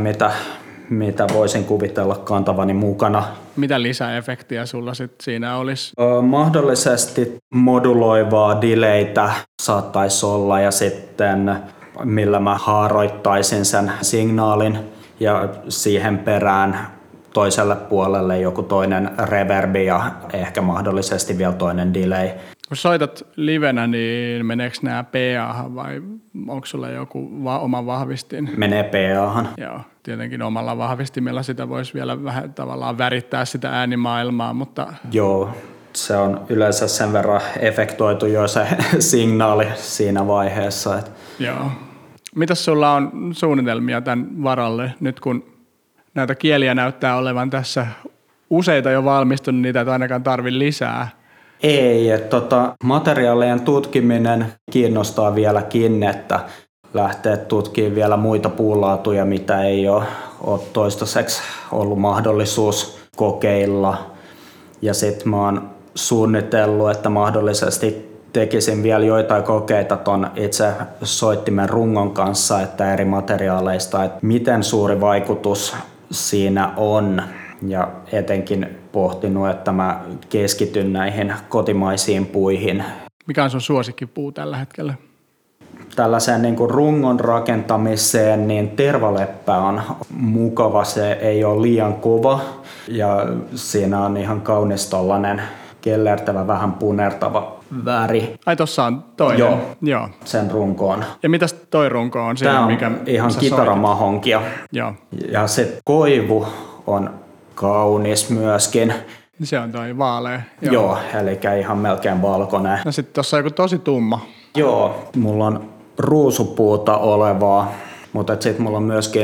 mitä voisin kuvitella kantavani mukana. Mitä lisäefektiä sulla sit siinä olisi? Mahdollisesti moduloivaa delaytä saattaisi olla ja sitten millä mä haaroittaisin sen signaalin ja siihen perään toiselle puolelle joku toinen reverbi ja ehkä mahdollisesti vielä toinen delay. Kun soitat livenä, niin meneekö nämä PA:han vai onko sulla joku oma vahvistin? Menee PA:han. Joo, tietenkin omalla vahvistimella sitä voisi vielä vähän tavallaan värittää sitä äänimaailmaa, mutta... Joo, se on yleensä sen verran efektoitu jo se signaali siinä vaiheessa. Että... Joo. Mitäs sulla on suunnitelmia tämän varalle, nyt kun näitä kieliä näyttää olevan tässä useita jo valmistunut, niitä ei ainakaan tarvitse lisää? Ei, että materiaalien tutkiminen kiinnostaa vieläkin, että lähtee tutkimaan vielä muita puulaatuja, mitä ei ole toistaiseksi ollut mahdollisuus kokeilla. Ja sitten mä oon suunnitellut, että mahdollisesti tekisin vielä joitain kokeita ton itse soittimen rungon kanssa, että eri materiaaleista, että miten suuri vaikutus siinä on. Ja etenkin pohtinut, että mä keskityn näihin kotimaisiin puihin. Mikä on sun suosikkipuu tällä hetkellä? Tällaiseen niin kuin rungon rakentamiseen niin tervaleppä on mukava, se ei ole liian kova ja siinä on ihan kaunis tollainen kellertävä, vähän punertava väri. Ai tossa on toinen? Joo. Sen runkoon. Ja mitäs toi runko on? Siinä, tää on mikä ihan kitaramahonkia. Joo. Ja se koivu on kaunis myöskin. Se on toi vaalea. Joo, eli ihan melkein valkoinen. No sit tossa on joku tosi tumma. Joo, mulla on ruusupuuta olevaa, mutta sit mulla on myöskin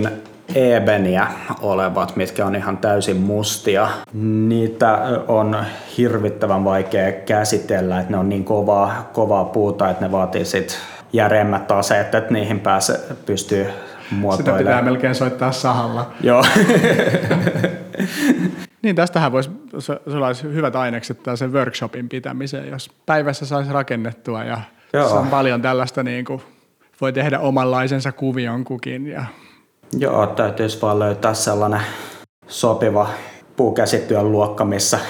ebeniä olevat, mitkä on ihan täysin mustia. Niitä on hirvittävän vaikea käsitellä, että ne on niin kovaa puuta, että ne vaatii sit järeemmät aseet, että niihin pystyy muotoilemaan. Sitä pitää melkein soittaa sahalla. Joo. Niin, tästähän sulla olisi hyvät ainekset tällaisen workshopin pitämiseen, jos päivässä saisi rakennettua ja se on paljon tällaista, niin kuin voi tehdä omanlaisensa kuvion kukin. Ja... Joo, täytyisi vaan löytää sellainen sopiva puukäsityön luokka,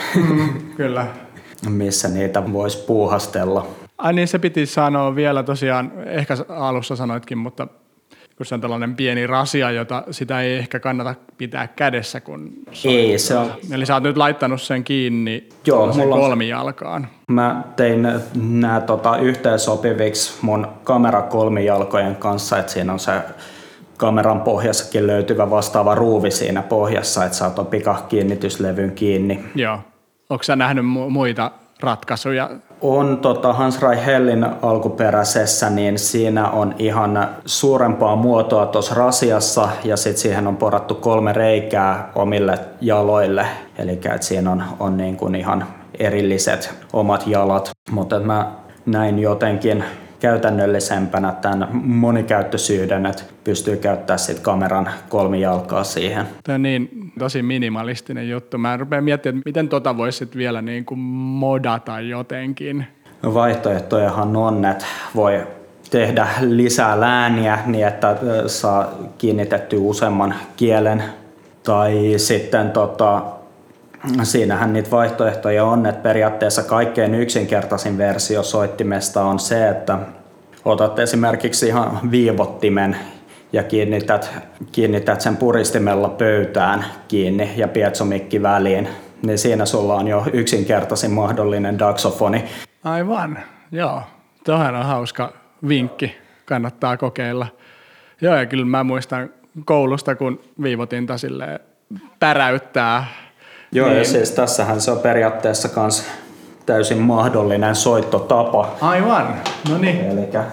kyllä. missä niitä voisi puuhastella. Ai niin, se piti sanoa vielä tosiaan, ehkä alussa sanoitkin, mutta kun se on tällainen pieni rasia, jota sitä ei ehkä kannata pitää kädessä, kun ei, se on. Eli sä oot nyt laittanut sen kiinni kolmijalkaan. Mä tein nämä yhteensopiviksi mun kamerakolmijalkojen kanssa, että siinä on se kameran pohjassakin löytyvä vastaava ruuvi siinä pohjassa, että saat pikakiinnityslevyn kiinni. Joo. Onko sä nähnyt muita ratkaisuja? On Hans Rai Hellin alkuperäisessä, niin siinä on ihan suurempaa muotoa tuossa rasiassa ja sitten siihen on porattu 3 reikää omille jaloille. Eli siinä on niin kuin ihan erilliset omat jalat, mutta mä näin jotenkin käytännöllisempänä tämän monikäyttöisyyden, että pystyy käyttämään sit kameran kolmijalkaa siihen. Tämä on niin tosi minimalistinen juttu. Mä rupean miettimään, että miten voisit vielä niin kuin modata jotenkin. No vaihtoehtojahan on, että voi tehdä lisää lääniä niin, että saa kiinnitettyä useamman kielen. Tai sitten siinähän niitä vaihtoehtoja on, että periaatteessa kaikkein yksinkertaisin versio soittimesta on se, että otat esimerkiksi ihan viivottimen ja kiinnität sen puristimella pöytään kiinni ja pietsomikki väliin, niin siinä sulla on jo yksinkertaisin mahdollinen daksofoni. Aivan, joo. Tuohan on hauska vinkki, kannattaa kokeilla. Joo, ja kyllä mä muistan koulusta, kun viivotinta silleen päräyttää. Joo, niin. Ja siis tässähän se on periaatteessa kans täysin mahdollinen soittotapa. Aivan, no niin. Elikkä...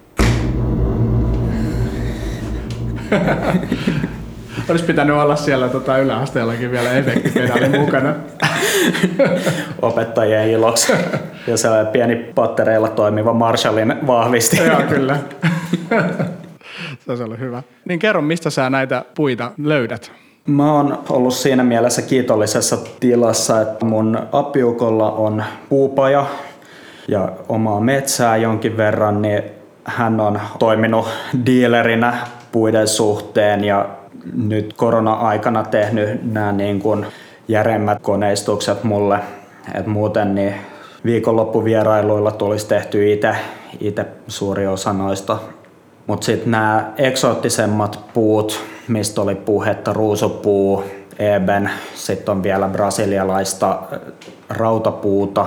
Olisi pitänyt olla siellä yläasteellakin vielä efektipedaali mukana. Opettajien iloksi. Ja sellainen pieni pattereilla toimiva Marshallin vahvisti. Joo, kyllä. Se olisi ollut hyvä. Niin kerro, mistä sä näitä puita löydät? Mä oon ollut siinä mielessä kiitollisessa tilassa, että mun appiukolla on puupaja ja omaa metsää jonkin verran, niin hän on toiminut dealerinä puiden suhteen ja nyt korona-aikana tehnyt nämä niin kuin järemmät koneistukset mulle. Et muuten niin viikonloppuvierailuilla tulisi tehty itse suuri osa noista. Mutta sitten nämä eksoottisemmat puut, mistä oli puhetta, ruusupuu, eben, sitten on vielä brasilialaista rautapuuta,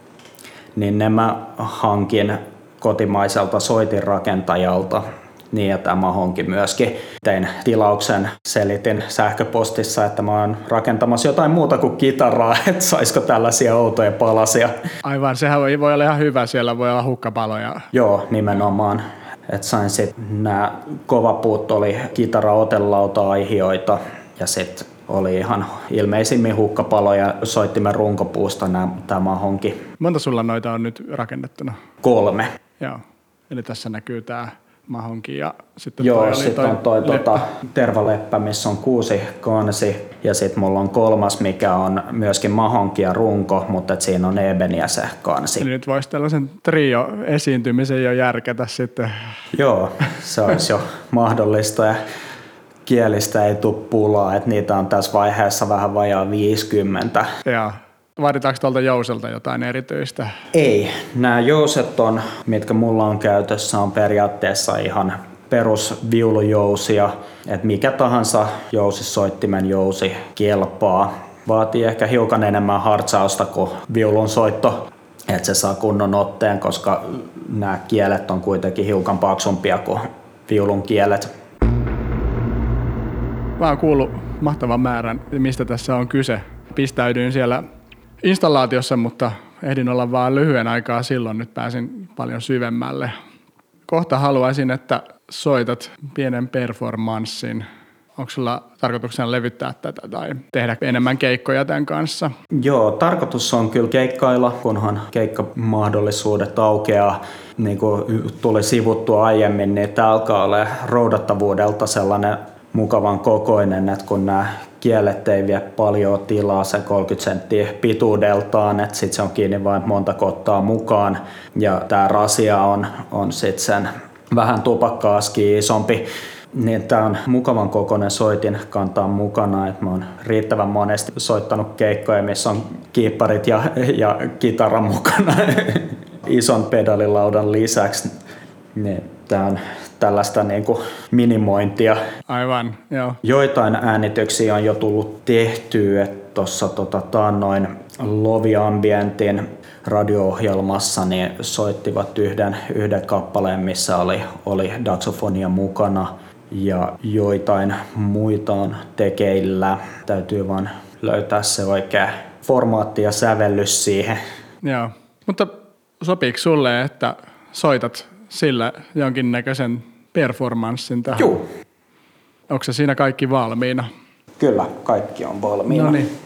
niin ne mä hankin kotimaiselta soitinrakentajalta. Niin ja tämä honki myöskin. Tein tilauksen, selitin sähköpostissa, että mä oon rakentamassa jotain muuta kuin kitaraa, että saisiko tällaisia outoja palasia. Aivan, sehän voi olla ihan hyvä, siellä voi olla hukkapaloja. Joo, nimenomaan. Että sain sitten nämä kovapuut oli kitara-otelauta-aihioita ja sitten oli ihan ilmeisimmin hukkapaloja soittimen runkopuusta tämä honki. Monta sulla noita on nyt rakennettuna? 3. Joo, eli tässä näkyy tämä mahonki ja sitten joo, sitten on toi tervaleppä, missä on 6 kansi ja sitten mulla on 3, mikä on myöskin mahonki ja runko, mutta siinä on ebeniä se kansi. Eli nyt voisi tällaisen trio-esiintymisen jo järkätä sitten. Joo, se olisi jo mahdollista ja kielistä ei tule pulaa, että niitä on tässä vaiheessa vähän vajaa 50. Joo. Vaaditaanko tuolta jouselta jotain erityistä? Ei. Nämä jouset, mitkä mulla on käytössä, on periaatteessa ihan perusviulujousia. Että mikä tahansa jousissoittimen jousi kelpaa. Vaatii ehkä hiukan enemmän hartsausta kuin viulun soitto, että se saa kunnon otteen, koska nämä kielet on kuitenkin hiukan paksumpia kuin viulun kielet. Mä oon kuullut mahtavan määrän, mistä tässä on kyse. Pistäydyin siellä installaatiossa, mutta ehdin olla vaan lyhyen aikaa silloin. Nyt pääsin paljon syvemmälle. Kohta haluaisin, että soitat pienen performanssin. onko sulla tarkoituksena levyttää tätä tai tehdä enemmän keikkoja tämän kanssa? Joo, tarkoitus on kyllä keikkailla, kunhan keikkamahdollisuudet aukeaa. Niin kuin tuli sivuttua aiemmin, niin tämä alkaa olla roudattavuudelta sellainen mukavan kokoinen, että kun nämä kielet ei vie paljon tilaa, se 30 senttiä pituudeltaan, että sitten se on kiinni vain monta ottaa mukaan. Ja tämä rasia on sitten sen vähän tupakka-askia isompi. Niin tämä on mukavan kokoinen soitin kantaa mukana, että mä oon riittävän monesti soittanut keikkoja, missä on kiipparit ja kitara mukana ison pedalilaudan lisäksi. Niin tämä on tällaista niinku minimointia. Aivan, joo. Joitain äänityksiä on jo tullut tehtyä, että tuossa taannoin Lovi Ambientin radio-ohjelmassa niin soittivat yhden kappaleen, missä oli daksofonia mukana ja joitain muita on tekeillä. Täytyy vaan löytää se oikea formaatti ja sävellys siihen. Joo, mutta sopiiko sulle, että soitat sillä jonkinnäköisen performanssin tähän? Juu. Onko se siinä kaikki valmiina? Kyllä, kaikki on valmiina. No niin.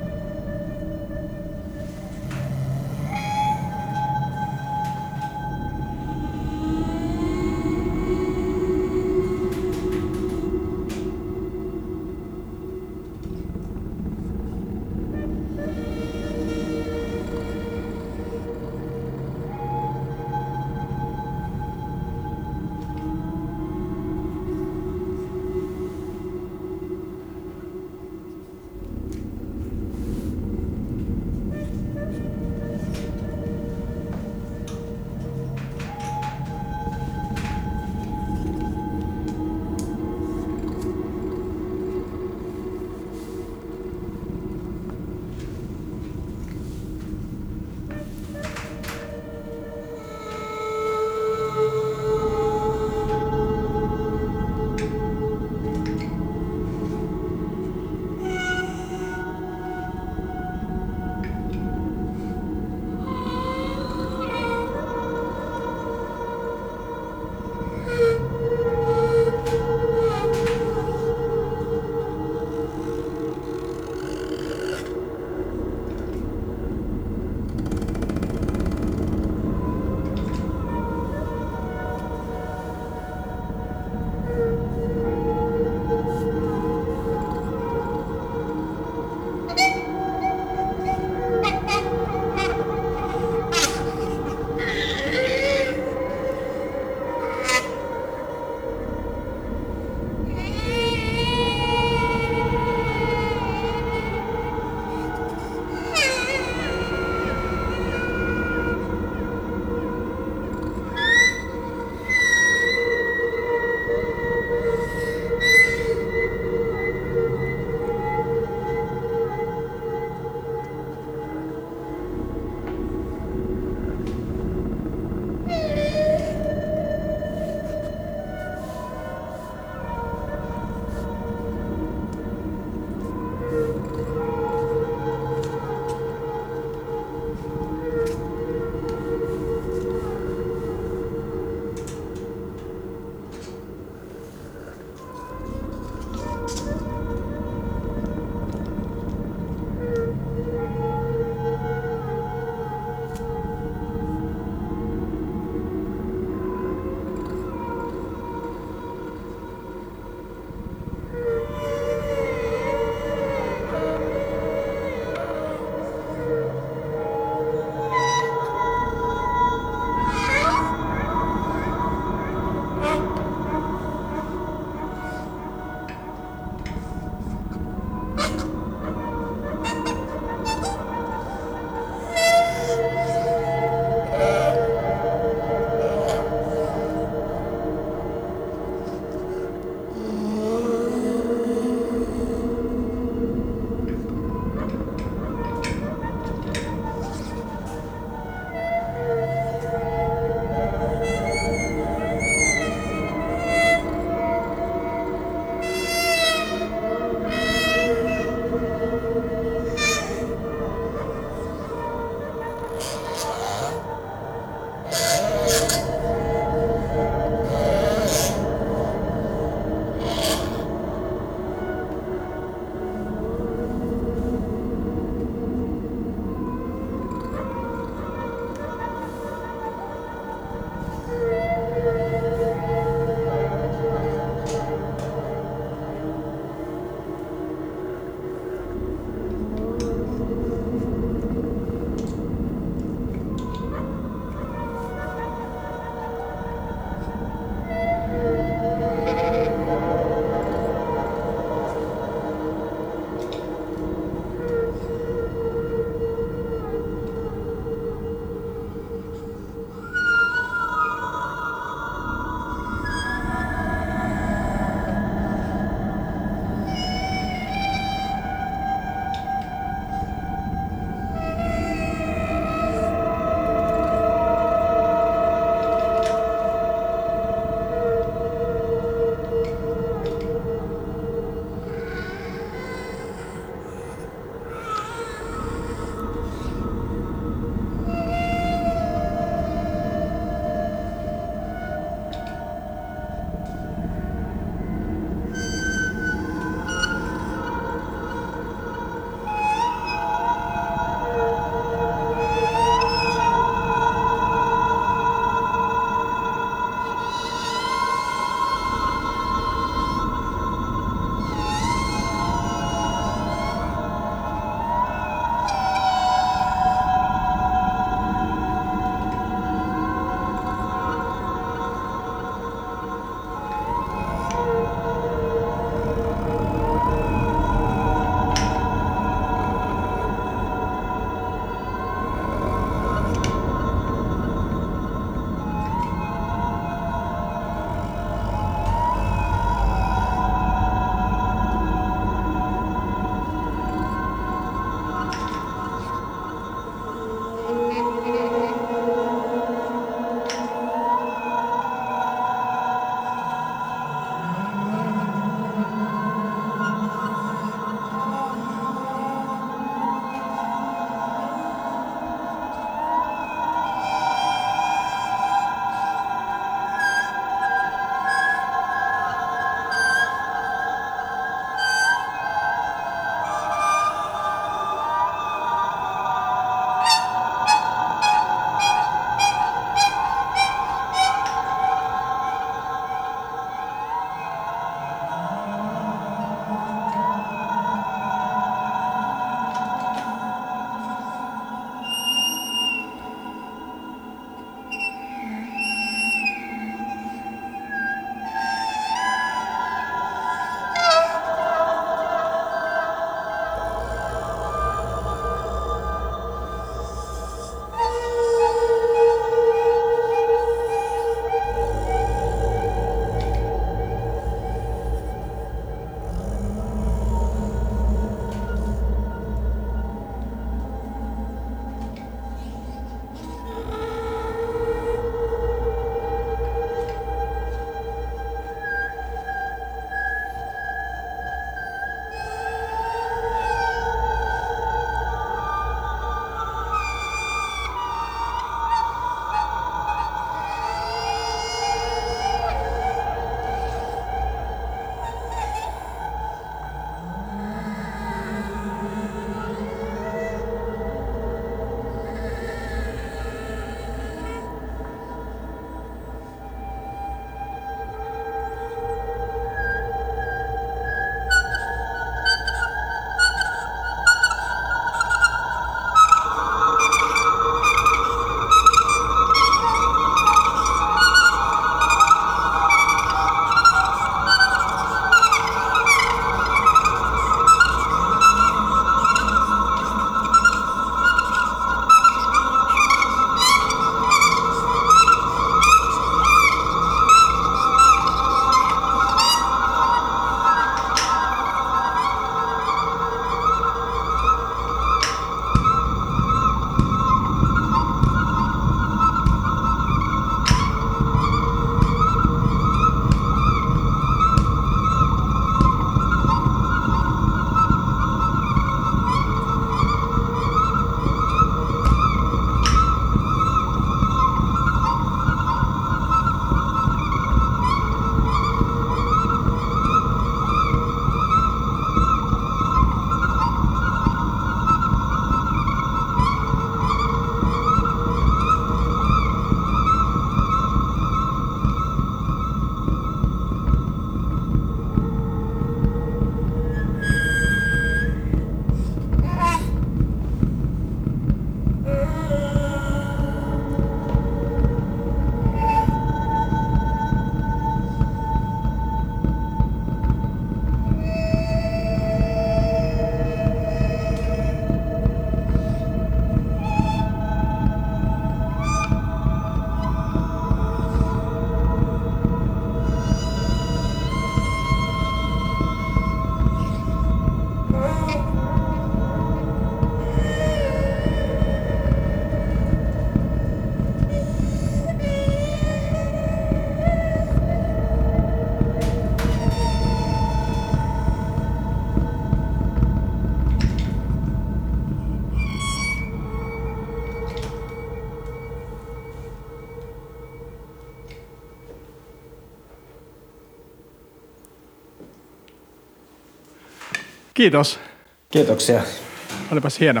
Kiitos. Kiitoksia. Olipas hieno.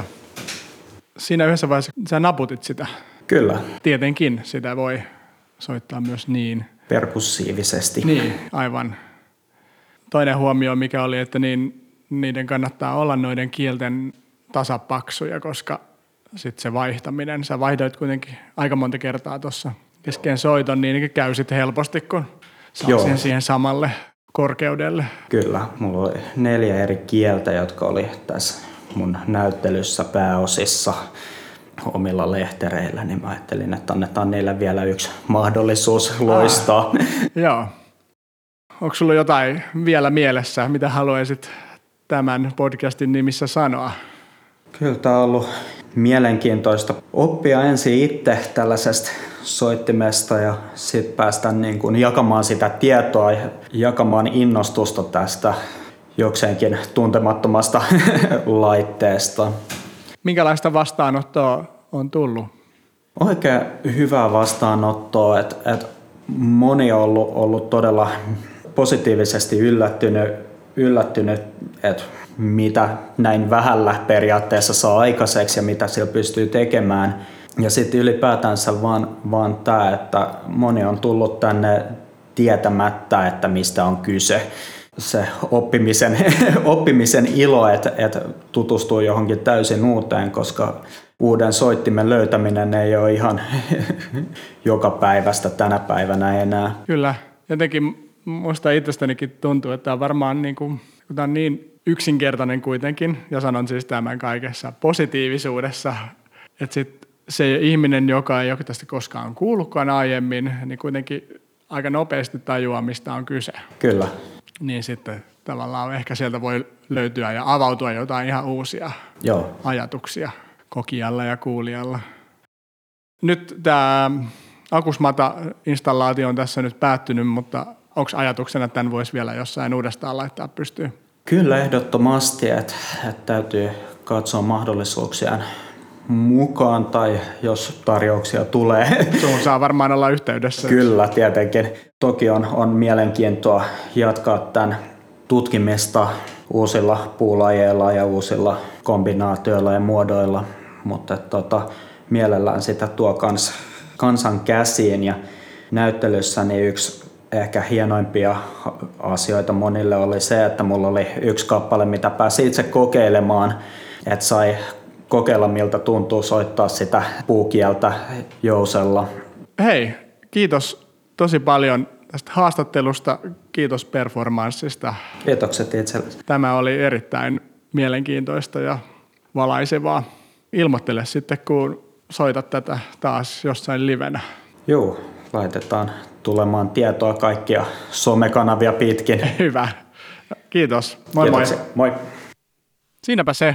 Siinä yhdessä vaiheessa sä naputit sitä. Kyllä. Tietenkin sitä voi soittaa myös niin. Perkussiivisesti. Niin, aivan. Toinen huomio, mikä oli, että niiden kannattaa olla noiden kielten tasapaksuja, koska sitten se vaihtaminen, sä vaihdoit kuitenkin aika monta kertaa tuossa kesken soiton, niin käy sitten helposti, kun saa sen siihen samalle korkeudelle. Kyllä, mulla oli 4 eri kieltä, jotka oli tässä mun näyttelyssä pääosissa omilla lehtereillä, niin mä ajattelin, että annetaan niille vielä yksi mahdollisuus loistaa. Joo. Onko sulla jotain vielä mielessä, mitä haluaisit tämän podcastin nimissä sanoa? Kyllä tämä on ollut mielenkiintoista oppia ensin itse tällaisesta soittimesta ja sitten päästä niin kuin jakamaan sitä tietoa ja jakamaan innostusta tästä jokseenkin tuntemattomasta laitteesta. Minkälaista vastaanottoa on tullut? Oikein hyvää vastaanottoa, että moni on ollut todella positiivisesti yllättynyt, että mitä näin vähällä periaatteessa saa aikaiseksi ja mitä sillä pystyy tekemään. Ja sitten ylipäätänsä vaan tämä, että moni on tullut tänne tietämättä, että mistä on kyse. Se oppimisen ilo, että tutustuu johonkin täysin uuteen, koska uuden soittimen löytäminen ei ole ihan joka päivästä tänä päivänä enää. Kyllä. Jotenkin musta itsestänikin tuntuu, että tämä on varmaan tämä on niin yksinkertainen kuitenkin, ja sanon siis tämän kaikessa positiivisuudessa, että sit se ihminen, joka ei ole tästä koskaan kuullutkaan aiemmin, niin kuitenkin aika nopeasti tajuaa, mistä on kyse. Kyllä. Niin sitten tavallaan ehkä sieltä voi löytyä ja avautua jotain ihan uusia ajatuksia kokijalla ja kuulijalla. Nyt tämä Akusmata-installaatio on tässä nyt päättynyt, mutta onko ajatuksena, että tämän voisi vielä jossain uudestaan laittaa pystyyn? Kyllä ehdottomasti, että täytyy katsoa mahdollisuuksien mukaan tai jos tarjouksia tulee. Sun saa varmaan olla yhteydessä. Kyllä, tietenkin. Toki on mielenkiintoa jatkaa tämän tutkimista uusilla puulajeilla ja uusilla kombinaatioilla ja muodoilla, mutta mielellään sitä tuo kansan käsiin ja näyttelyssäni yksi ehkä hienoimpia asioita monille oli se, että mulla oli yksi kappale, mitä pääsi itse kokeilemaan, että sai kokeilla, miltä tuntuu soittaa sitä puukieltä jousella. Hei, kiitos tosi paljon tästä haastattelusta, kiitos performanssista. Kiitokset itsellesi. Tämä oli erittäin mielenkiintoista ja valaisevaa. Ilmoittele sitten, kun soitat tätä taas jossain livenä. Joo, laitetaan tulemaan tietoa kaikkia somekanavia pitkin. Hyvä. Kiitos. Moi Kiitoksia. Moi. Siinäpä se.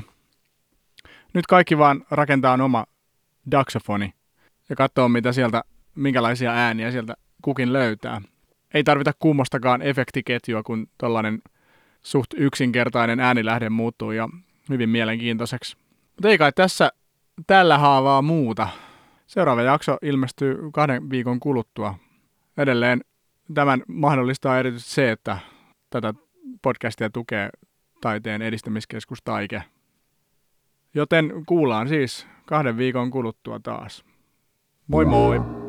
Nyt kaikki vaan rakentaa oma daksofoni ja katsoo, minkälaisia ääniä sieltä kukin löytää. Ei tarvita kummostakaan efektiketjua, kun tollainen suht yksinkertainen äänilähde muuttuu ja hyvin mielenkiintoiseksi. Mutta ei kai tässä tällä haavaa muuta. Seuraava jakso ilmestyy 2 viikon kuluttua. Edelleen tämän mahdollistaa erityisesti se, että tätä podcastia tukee Taiteen edistämiskeskus Taike. Joten kuullaan siis 2 viikon kuluttua taas. Moi moi!